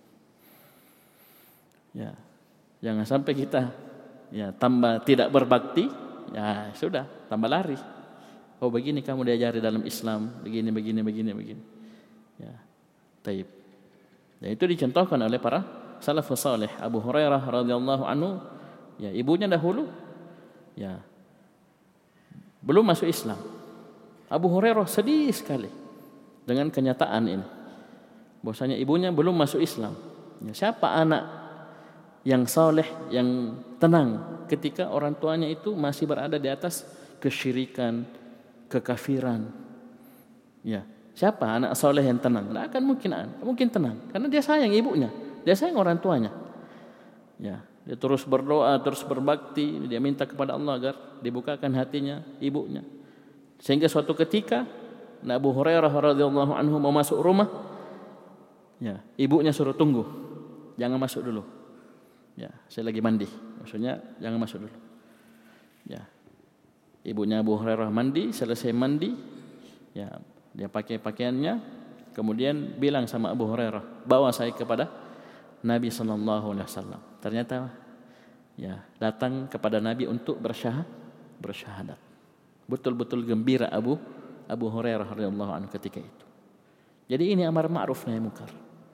Ya, jangan sampai kita ya tambah tidak berbakti, ya sudah tambah lari. Oh begini kamu diajari dalam Islam, begini begini begini begini. Ya, taib. Ya, itu dicontohkan oleh para salafus saleh. Abu Hurairah radhiyallahu anhu, ya ibunya dahulu, ya belum masuk Islam. Abu Hurairah sedih sekali dengan kenyataan ini, bahwasanya ibunya belum masuk Islam. Ya, siapa anak yang saleh, yang tenang ketika orang tuanya itu masih berada di atas kesyirikan, kekafiran? Ya, siapa anak saleh yang tenang? Tidak akan mungkin, mungkin tenang, karena dia sayang ibunya, dia sayang orang tuanya. Ya, dia terus berdoa, terus berbakti, dia minta kepada Allah agar dibukakan hatinya ibunya. Sehingga suatu ketika Abu Hurairah radhiyallahu anhu mau masuk rumah, ya ibunya suruh tunggu, jangan masuk dulu. Ya, saya lagi mandi. Maksudnya jangan masuk dulu. Ya. Ibunya Abu Hurairah mandi, selesai mandi, ya, dia pakai pakaiannya, kemudian bilang sama Abu Hurairah, "Bawa saya kepada Nabi sallallahu alaihi wasallam." Ternyata ya, datang kepada Nabi untuk bersyahadat, bersyahadat. Betul-betul gembira Abu Abu Hurairah radhiyallahu anhu ketika itu. Jadi ini amar ma'ruf nahi munkar.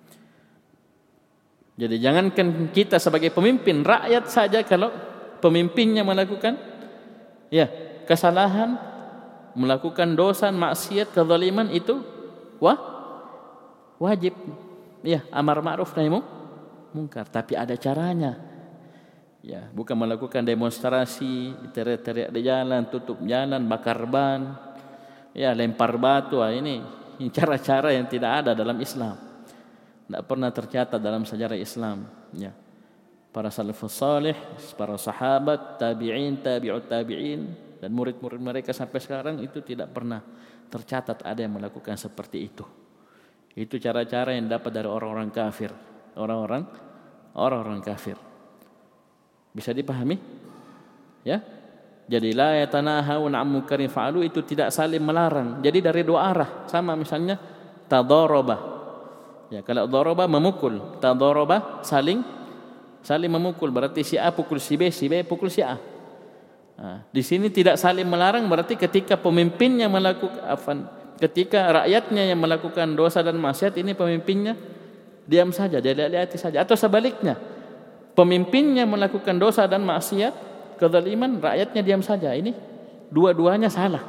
Jadi jangankan kita sebagai pemimpin, rakyat saja kalau pemimpinnya melakukan ya kesalahan, melakukan dosa, maksiat, kezaliman, itu wah wajib ya amar ma'ruf nahi munkar. Tapi ada caranya. Ya, bukan melakukan demonstrasi, teriak-teriak di jalan, tutup jalan, bakar ban, ya lempar batu. Ini cara-cara yang tidak ada dalam Islam. Tidak pernah tercatat dalam sejarah Islam. Ya. Para salafus salih, para sahabat, tabi'in, tabi'ut tabi'in, dan murid-murid mereka sampai sekarang itu tidak pernah tercatat ada yang melakukan seperti itu. Itu cara-cara yang dapat dari orang-orang kafir, orang-orang orang-orang kafir. Bisa dipahami? Ya. Jadi la yatanahawun 'an munkarin fa'alu, itu tidak saling melarang. Jadi dari dua arah. Sama misalnya tadaraba. Ya, kalau daraba memukul, tadaraba saling saling memukul, berarti si A pukul si B, si B pukul si A. Nah, di sini tidak saling melarang, berarti ketika pemimpinnya melakukan afan, ketika rakyatnya yang melakukan dosa dan maksiat, ini pemimpinnya diam saja, dia lihat saja. Atau sebaliknya, pemimpinnya melakukan dosa dan maksiat, kezaliman, rakyatnya diam saja. Ini dua-duanya salah.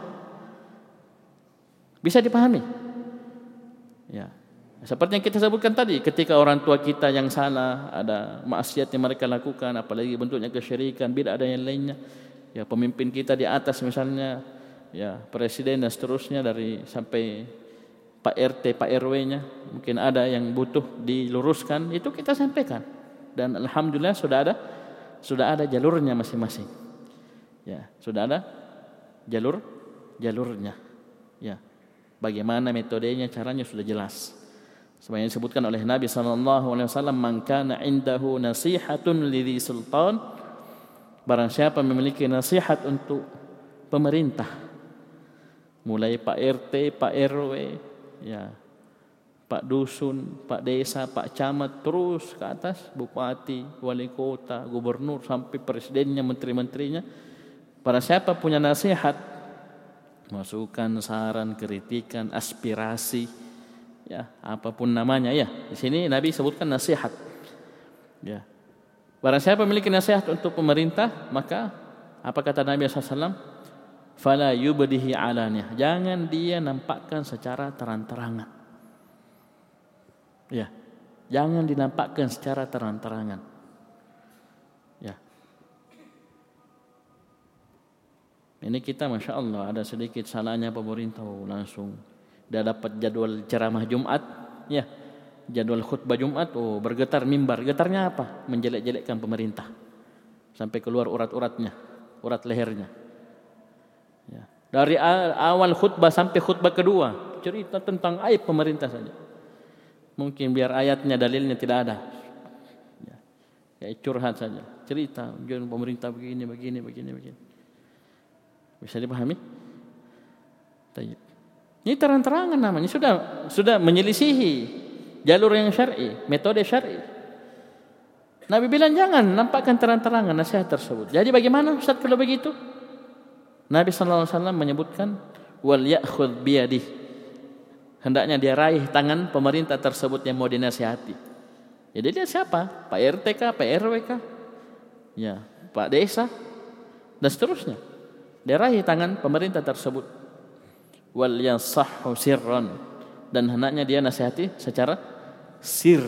Bisa dipahami? Ya. Seperti yang kita sebutkan tadi, ketika orang tua kita yang salah, ada maksiat yang mereka lakukan, apalagi bentuknya kesyirikan, bid'ah dan yang lainnya. Ya, pemimpin kita di atas misalnya, ya presiden dan seterusnya, dari sampai Pak R T, Pak R W-nya, mungkin ada yang butuh diluruskan, itu kita sampaikan. Dan alhamdulillah sudah ada sudah ada jalurnya masing-masing. Ya, sudah ada jalur jalurnya. Ya. Bagaimana metodenya, caranya sudah jelas. Sebenarnya disebutkan oleh Nabi sallallahu alaihi wasallam, "Man kana indahu nasihatun lidhi sultan", barang siapa memiliki nasihat untuk pemerintah, mulai Pak R T, Pak R W, ya, Pak dusun, Pak desa, Pak camat, terus ke atas bupati, wali kota, gubernur, sampai presidennya, menteri-menterinya. Barang siapa punya nasihat, masukan, saran, kritikan, aspirasi, ya, apapun namanya, ya. Di sini Nabi sebutkan nasihat. Ya. Barang siapa memiliki nasihat untuk pemerintah, maka Apa kata Nabi sallallahu alaihi wasallam? Fala yubdihi alaniyah. Jangan dia nampakkan secara terang-terangan. Ya. Jangan dinampakkan secara terang-terangan. Ya. Ini kita Masya Allah ada sedikit salahnya pemerintah langsung. Dia dapat jadwal ceramah Jumat. Ya. Jadwal khutbah Jumat. Oh bergetar mimbar. Getarnya apa? Menjelek-jelekkan pemerintah. Sampai keluar urat-uratnya. Urat lehernya. Ya. Dari awal khutbah sampai khutbah kedua. Cerita tentang aib pemerintah saja. Mungkin biar ayatnya dalilnya tidak ada. Ya. Kayak curhat saja. Cerita. Pemerintah begini, begini, begini, begini. Bisa dipahami? Tayyib. Ini terang-terangan namanya. Sudah sudah menyelisihi jalur yang syar'i, metode syar'i. Nabi bilang jangan nampakkan terang-terangan nasihat tersebut. Jadi bagaimana Ustaz kalau begitu? Nabi sallallahu alaihi wasallam menyebutkan wal ya'khudh biyadih. Hendaknya dia raih tangan pemerintah tersebut yang mau dinasihati. Jadi dia siapa? Pak R T kah, Pak R W kah? Ya, Pak Desa dan seterusnya. Dia raih tangan pemerintah tersebut. Wal yansahhu sirran, dan hendaknya dia nasihati secara sir.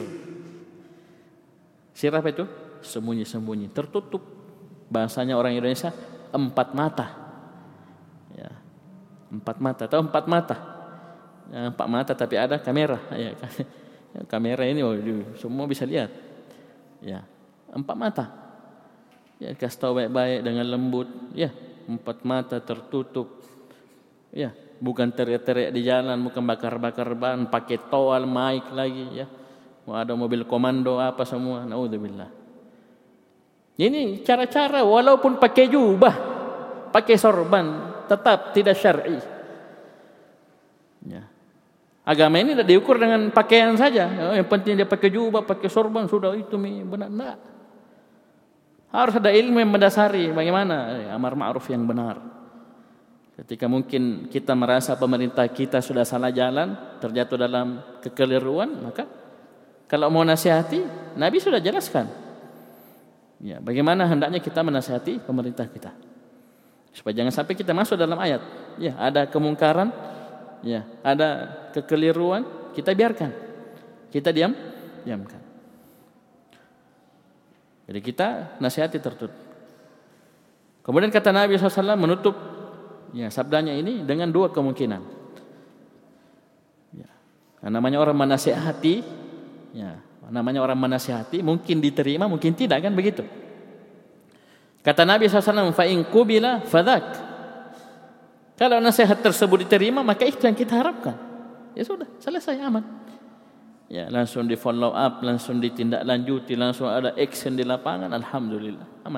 Sir apa itu? Sembunyi-sembunyi, tertutup. Bahasanya orang Indonesia empat mata. Ya. Empat mata, tahu empat mata? Ya, empat mata tapi ada kamera. Ya, kamera ini oh, semua bisa lihat. Ya, empat mata. Ya, kasih tahu baik-baik dengan lembut. Ya, empat mata tertutup. Ya, bukan teriak-teriak di jalan, bukan bakar-bakar ban, pakai toal, mic lagi. Ya, mau ada mobil komando apa semua. Naudzubillah. Ini cara-cara walaupun pakai jubah, pakai sorban, tetap tidak syar'i. Ya. Agama ini tidak diukur dengan pakaian saja. Yang penting dia pakai jubah, pakai sorban, sudah itu benar. Enggak. Harus ada ilmu yang mendasari bagaimana amar ma'ruf yang benar. Ketika mungkin kita merasa pemerintah kita sudah salah jalan, terjatuh dalam kekeliruan, maka kalau mau nasihati, Nabi sudah jelaskan. Ya, bagaimana hendaknya kita menasihati pemerintah kita. Supaya jangan sampai kita masuk dalam ayat. Ya, ada kemungkaran, ya, ada kekeliruan, kita biarkan. Kita diam, diamkan. Jadi kita nasihati tertutup. Kemudian kata Nabi shallallahu alaihi wasallam menutup ya sabdanya ini dengan dua kemungkinan. Ya, namanya orang menasihati, ya, namanya orang menasihati mungkin diterima, mungkin tidak, kan begitu. Kata Nabi shallallahu alaihi wasallam, fa in qubila fadzak. Kalau nasihat tersebut diterima, maka itu yang kita harapkan. Ya sudah, selesai, aman. Ya, langsung di follow up, langsung ditindaklanjuti, langsung ada action di lapangan, alhamdulillah, aman.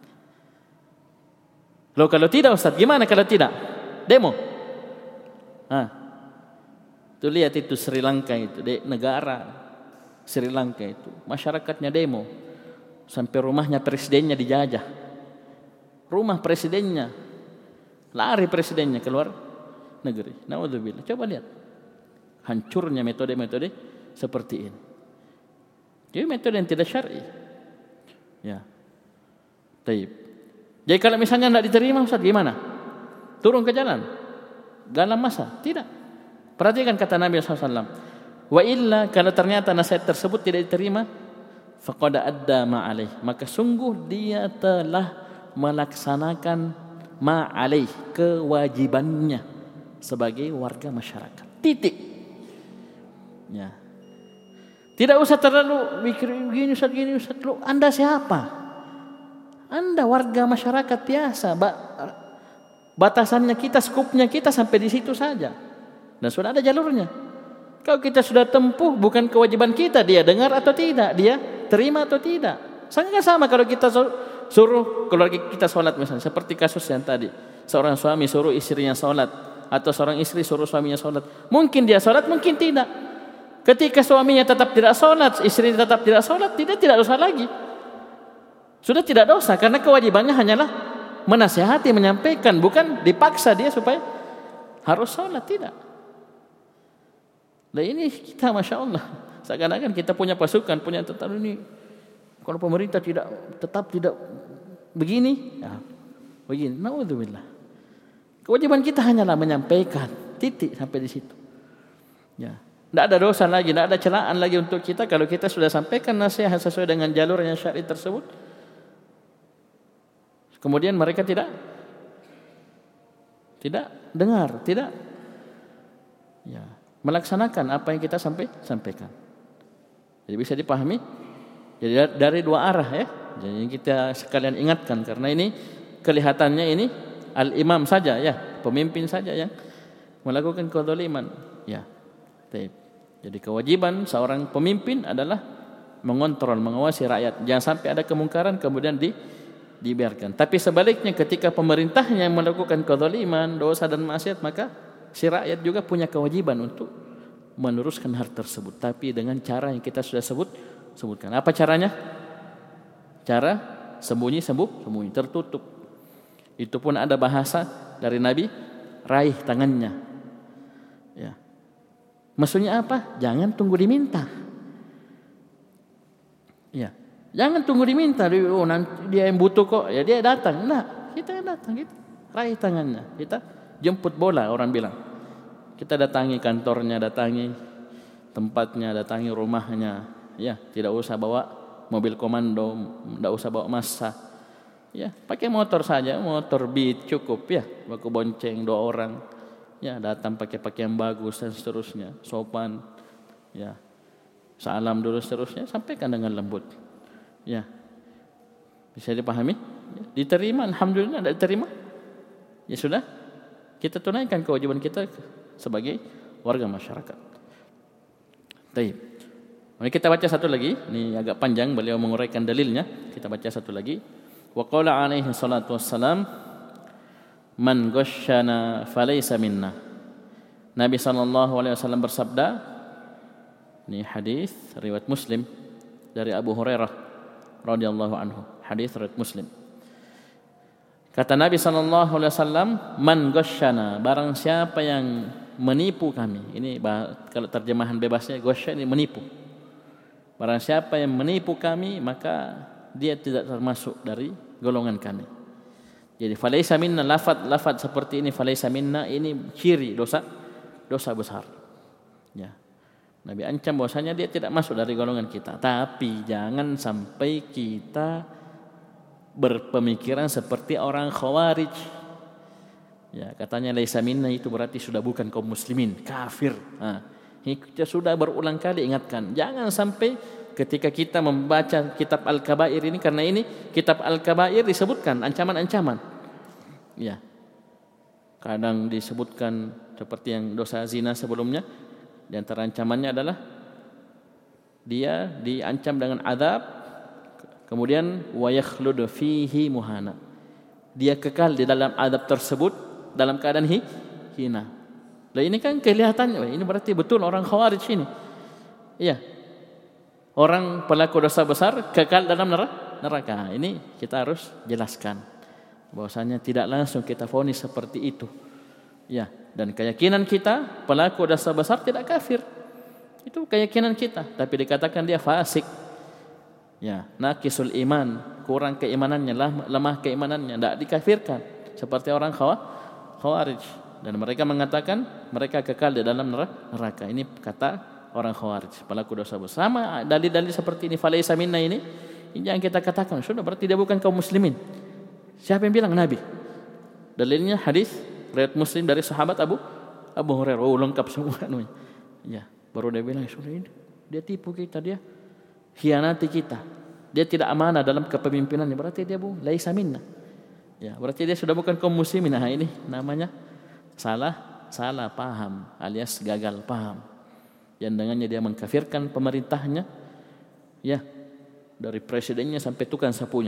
Loh kalau tidak Ustaz, gimana kalau tidak? Demo. Ah. Tuh lihat itu Sri Lanka itu, de, negara Sri Lanka itu, masyarakatnya demo. Sampai rumahnya presidennya dijajah. Rumah presidennya, lari presidennya keluar negeri. Naudzubillah. Coba lihat hancurnya metode-metode seperti ini. Jadi metode yang tidak syar'i. Ya. Taib. Jadi kalau misalnya tidak diterima Ustaz gimana? Turun ke jalan? Galam masa? Tidak. Perhatikan kata Nabi shallallahu alaihi wasallam. Wa illa, kalau ternyata nasihat tersebut tidak diterima, faqad adda ma alaih, maka sungguh dia telah melaksanakan ma alaih, kewajibannya sebagai warga masyarakat. Titik. Ya. Tidak usah terlalu mikir gini Ustaz, gini Ustaz. Lu Anda siapa? Anda warga masyarakat biasa. Batasannya kita, skupnya kita sampai di situ saja. Dan sudah ada jalurnya. Kalau kita sudah tempuh, bukan kewajiban kita dia dengar atau tidak, dia terima atau tidak. Sangat sama kalau kita suruh keluarga kita sholat misalnya, seperti kasus yang tadi. Seorang suami suruh istrinya sholat, atau seorang istri suruh suaminya sholat. Mungkin dia sholat, mungkin tidak. Ketika suaminya tetap tidak sholat, istrinya tetap tidak sholat, tidak tidak dosa lagi. Sudah tidak dosa, karena kewajibannya hanyalah menasihati, menyampaikan, bukan dipaksa dia supaya harus sholat, tidak. Nah ini kita Masya Allah, seakan-akan kita punya pasukan, punya tentara ini. Kalau pemerintah tidak tetap tidak begini, ya, begini. Naudzubillah. Kewajiban kita hanyalah menyampaikan, titik sampai di situ. Ya, tidak ada dosa lagi, tidak ada celaan lagi untuk kita kalau kita sudah sampaikan nasihat sesuai dengan jalur yang syar'i tersebut. Kemudian mereka tidak tidak dengar, tidak ya, melaksanakan apa yang kita sampai sampaikan. Jadi bisa dipahami. Jadi dari dua arah ya. Jadi kita sekalian ingatkan karena ini kelihatannya ini al-imam saja ya, pemimpin saja yang melakukan kezaliman. Ya. Jadi kewajiban seorang pemimpin adalah mengontrol, mengawasi rakyat. Jangan sampai ada kemungkaran kemudian di, dibiarkan. Tapi sebaliknya ketika pemerintahnya melakukan kezaliman, dosa dan maksiat, maka si rakyat juga punya kewajiban untuk meneruskan hal tersebut. Tapi dengan cara yang kita sudah sebut sebutkan. Apa caranya? Cara sembunyi sembuh, sembunyi tertutup. Itu pun ada bahasa dari Nabi, raih tangannya. Ya. Maksudnya apa? Jangan tunggu diminta. Ya. Jangan tunggu diminta. Oh, nanti dia yang butuh kok. Ya dia datang. Nah, kita yang datang. Kita raih tangannya. Kita jemput bola orang bilang. Kita datangi kantornya, datangi tempatnya, datangi rumahnya. Ya, tidak usah bawa mobil komando, tidak usah bawa massa. Ya, pakai motor saja, motor Beat cukup ya. Baku bonceng dua orang. Ya, datang pakai pakaian bagus dan seterusnya, sopan. Ya. Salam dulu seterusnya, sampaikan dengan lembut. Ya. Bisa dipahami? Ya. Diterima, alhamdulillah, tidak diterima. Ya sudah. Kita tunaikan kewajiban kita sebagai warga masyarakat. Baik. Mari kita baca satu lagi. Ini agak panjang, beliau menguraikan dalilnya. Kita baca satu lagi. Wa qala alaihi salatu wassalam, man ghasyana falaysa minna. Nabi sallallahu alaihi wasallam bersabda, ini hadis riwayat Muslim dari Abu Hurairah radhiyallahu anhu, hadis riwayat Muslim. Kata Nabi sallallahu alaihi wasallam, man ghasyana, barang siapa yang menipu kami. Ini kalau terjemahan bebasnya ghasya ini menipu. Barang siapa yang menipu kami, maka dia tidak termasuk dari golongan kami. Jadi falaisa minna, lafaz-lafaz seperti ini falaisa minna ini ciri dosa dosa besar. Ya. Nabi ancam bahwasanya dia tidak masuk dari golongan kita. Tapi jangan sampai kita berpemikiran seperti orang Khawarij. Ya, katanya laisa minna itu berarti sudah bukan kaum muslimin, kafir. Nah, kita sudah berulang kali ingatkan, jangan sampai ketika kita membaca kitab Al-Kabair ini, karena ini kitab Al-Kabair disebutkan ancaman-ancaman. Ya. Kadang disebutkan seperti yang dosa zina sebelumnya, di antara ancamannya adalah dia diancam dengan azab, kemudian wa yakhlud fihi muhana. Dia kekal di dalam azab tersebut dalam keadaan hi, hina. Lah ini kan kelihatannya, ini berarti betul orang Khawarij ini. Iya. Orang pelaku dosa besar kekal dalam neraka. Ini kita harus jelaskan bahwasanya tidak langsung kita vonis seperti itu. Ya, dan keyakinan kita pelaku dosa besar tidak kafir. Itu keyakinan kita, tapi dikatakan dia fasik. Ya, naqisul iman, kurang keimanannya, lemah keimanannya, tidak dikafirkan seperti orang Khawarij. Dan mereka mengatakan mereka kekal di dalam neraka. Ini kata orang Khawarij, pelaku dosa besar. Sama dalil-dalil seperti ini, falaisa minna ini, ini yang kita katakan sudah berarti dia bukan kaum muslimin. Siapa yang bilang? Nabi. Dalilnya hadis riwayat Muslim dari sahabat Abu Abu Hurairah. Oh, lengkap semua namanya. Ya, baru dia bilang sudah ini dia tipu kita, dia khianati kita. Dia tidak amanah dalam kepemimpinannya, berarti dia bu laisa minna. Ya, berarti dia sudah bukan kaum muslimin. Nah, ini namanya salah salah paham alias gagal paham. Yang dengannya dia mengkafirkan pemerintahnya, ya, dari presidennya sampai tukang sapunya.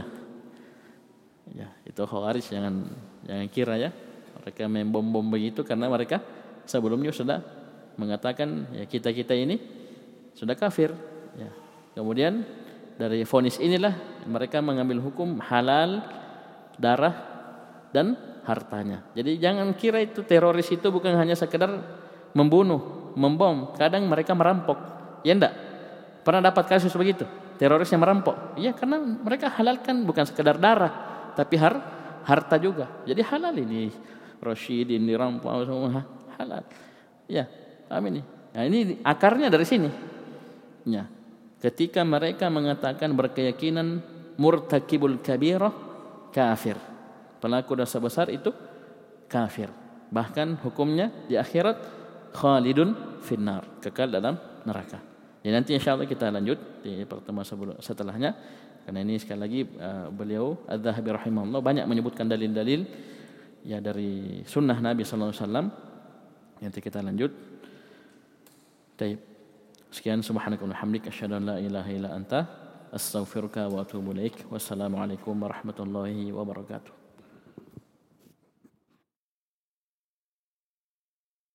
Ya, itu Khawarij, jangan jangan kira ya mereka main bom-bom begitu, karena mereka sebelumnya sudah mengatakan ya kita-kita ini sudah kafir. Ya. Kemudian dari vonis inilah mereka mengambil hukum halal darah dan hartanya. Jadi jangan kira itu teroris itu bukan hanya sekedar membunuh, membom, kadang mereka merampok. Ya enggak? Pernah dapat kasus begitu? Teroris yang merampok. Iya, karena mereka halalkan bukan sekedar darah, tapi har, harta juga. Jadi halal ini Rasyidin dirampok semua halal. Ya, amin. Nah, ini akarnya dari sini. Ya. Ketika mereka mengatakan berkeyakinan murtakibul kabirah kafir. Pelaku dosa besar itu kafir. Bahkan hukumnya di akhirat khalidun finnar, kekal dalam neraka. Ya, nanti insyaallah kita lanjut di pertemuan setelahnya. Karena ini sekali lagi uh, beliau Az-Zahabi rahimahullah banyak menyebutkan dalil-dalil ya dari sunnah Nabi sallallahu alaihi wasallam. Nanti kita lanjut. Baik. Sekian subhanakallahumma hamdika asyhadu an la ilaha illa anta astaghfiruka wa atubu ilaik. Wassalamualaikum warahmatullahi wabarakatuh.